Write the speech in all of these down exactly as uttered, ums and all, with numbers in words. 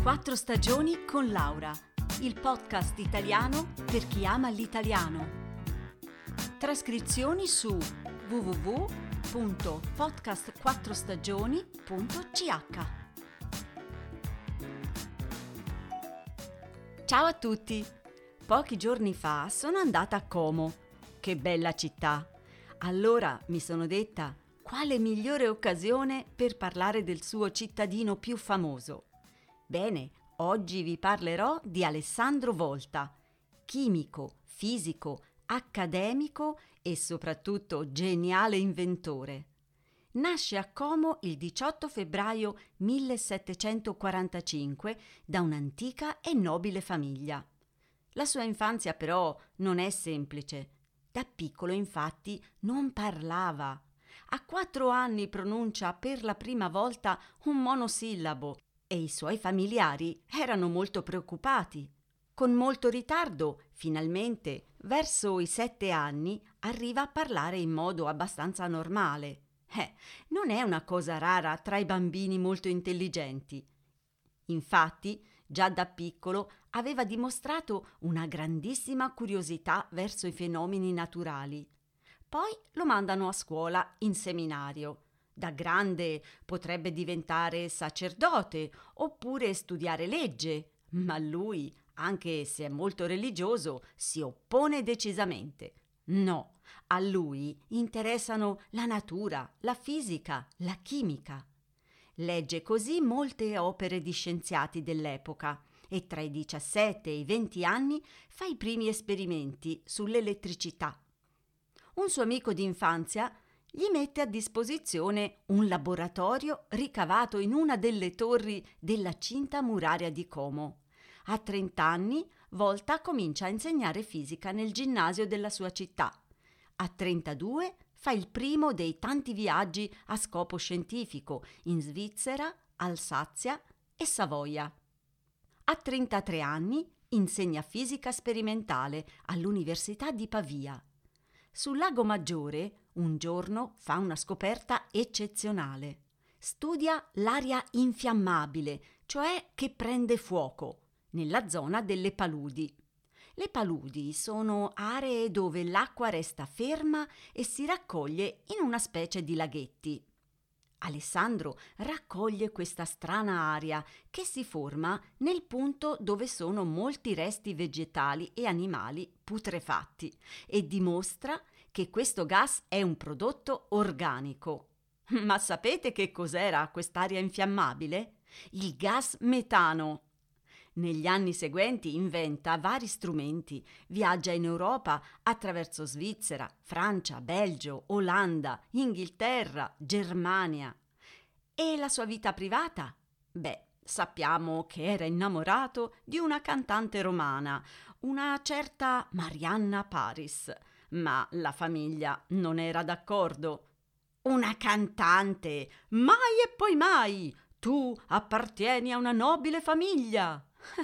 Quattro stagioni con Laura, il podcast italiano per chi ama l'italiano. Trascrizioni su w w w punto podcast quattro stagioni punto c h. Ciao a tutti! Pochi giorni fa sono andata a Como. Che bella città! Allora mi sono detta, quale migliore occasione per parlare del suo cittadino più famoso? Bene, oggi vi parlerò di Alessandro Volta, chimico, fisico, accademico e soprattutto geniale inventore. Nasce a Como il diciotto febbraio millesettecentoquarantacinque da un'antica e nobile famiglia. La sua infanzia però non è semplice. Da piccolo infatti non parlava. A quattro anni pronuncia per la prima volta un monosillabo e i suoi familiari erano molto preoccupati. Con molto ritardo, finalmente, verso i sette anni, arriva a parlare in modo abbastanza normale. Eh, non è una cosa rara tra i bambini molto intelligenti. Infatti, già da piccolo aveva dimostrato una grandissima curiosità verso i fenomeni naturali. Poi lo mandano a scuola in seminario. Da grande potrebbe diventare sacerdote oppure studiare legge, ma lui, anche se è molto religioso, si oppone decisamente. No, a lui interessano la natura, la fisica, la chimica. Legge così molte opere di scienziati dell'epoca e tra i diciassette e i venti anni fa i primi esperimenti sull'elettricità. Un suo amico d'infanzia gli mette a disposizione un laboratorio ricavato in una delle torri della cinta muraria di Como. A trenta anni Volta comincia a insegnare fisica nel ginnasio della sua città. A trentadue fa il primo dei tanti viaggi a scopo scientifico in Svizzera, Alsazia e Savoia. A trentatré anni insegna fisica sperimentale all'Università di Pavia. Sul Lago Maggiore un giorno fa una scoperta eccezionale. Studia l'aria infiammabile, cioè che prende fuoco, nella zona delle paludi. Le paludi sono aree dove l'acqua resta ferma e si raccoglie in una specie di laghetti. Alessandro raccoglie questa strana aria che si forma nel punto dove sono molti resti vegetali e animali putrefatti e dimostra che questo gas è un prodotto organico. Ma sapete che cos'era quest'aria infiammabile? Il gas metano. Negli anni seguenti inventa vari strumenti, viaggia in Europa attraverso Svizzera, Francia, Belgio, Olanda, Inghilterra, Germania. E la sua vita privata? Beh, sappiamo che era innamorato di una cantante romana, una certa Marianna Paris, ma la famiglia non era d'accordo. Una cantante? Mai e poi mai! Tu appartieni a una nobile famiglia!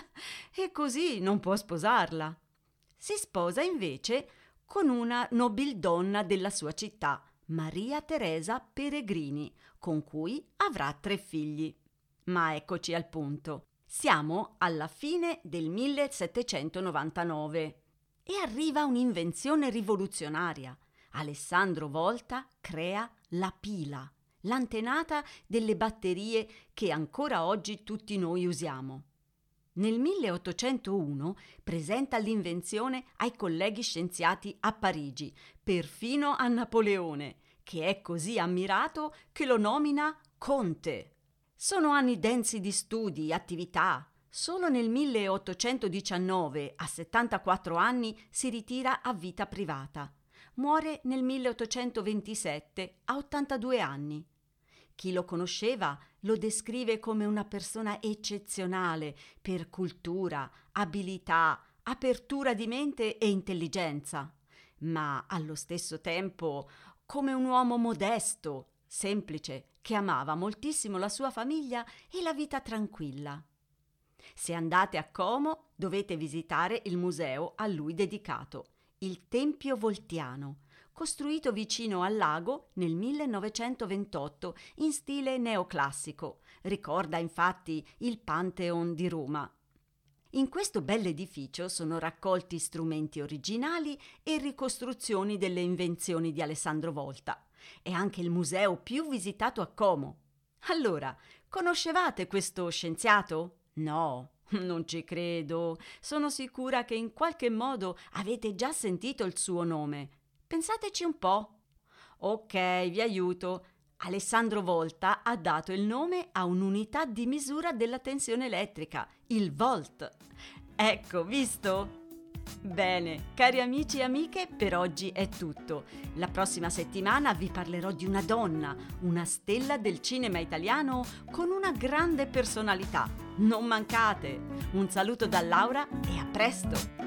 E così non può sposarla. Si sposa invece con una nobildonna della sua città, Maria Teresa Peregrini, con cui avrà tre figli. Ma eccoci al punto. Siamo alla fine del millesettecentonovantanove e arriva un'invenzione rivoluzionaria. Alessandro Volta crea la pila, l'antenata delle batterie che ancora oggi tutti noi usiamo. Nel milleottocentouno presenta l'invenzione ai colleghi scienziati a Parigi, perfino a Napoleone, che è così ammirato che lo nomina conte. Sono anni densi di studi, attività. Solo nel milleottocentodiciannove, a settantaquattro anni, si ritira a vita privata. Muore nel milleottocentoventisette, a ottantadue anni. Chi lo conosceva lo descrive come una persona eccezionale per cultura, abilità, apertura di mente e intelligenza, ma allo stesso tempo come un uomo modesto, semplice, che amava moltissimo la sua famiglia e la vita tranquilla. Se andate a Como dovete visitare il museo a lui dedicato, il Tempio Voltiano, costruito vicino al lago nel millenovecentoventotto in stile neoclassico. Ricorda infatti il Pantheon di Roma. In questo bell'edificio sono raccolti strumenti originali e ricostruzioni delle invenzioni di Alessandro Volta. È anche il museo più visitato a Como. Allora, conoscevate questo scienziato? No, non ci credo. Sono sicura che in qualche modo avete già sentito il suo nome. Pensateci un po'. Ok, vi aiuto. Alessandro Volta ha dato il nome a un'unità di misura della tensione elettrica, il volt. Ecco, visto? Bene, cari amici e amiche, per oggi è tutto. La prossima settimana vi parlerò di una donna, una stella del cinema italiano con una grande personalità. Non mancate! Un saluto da Laura e a presto!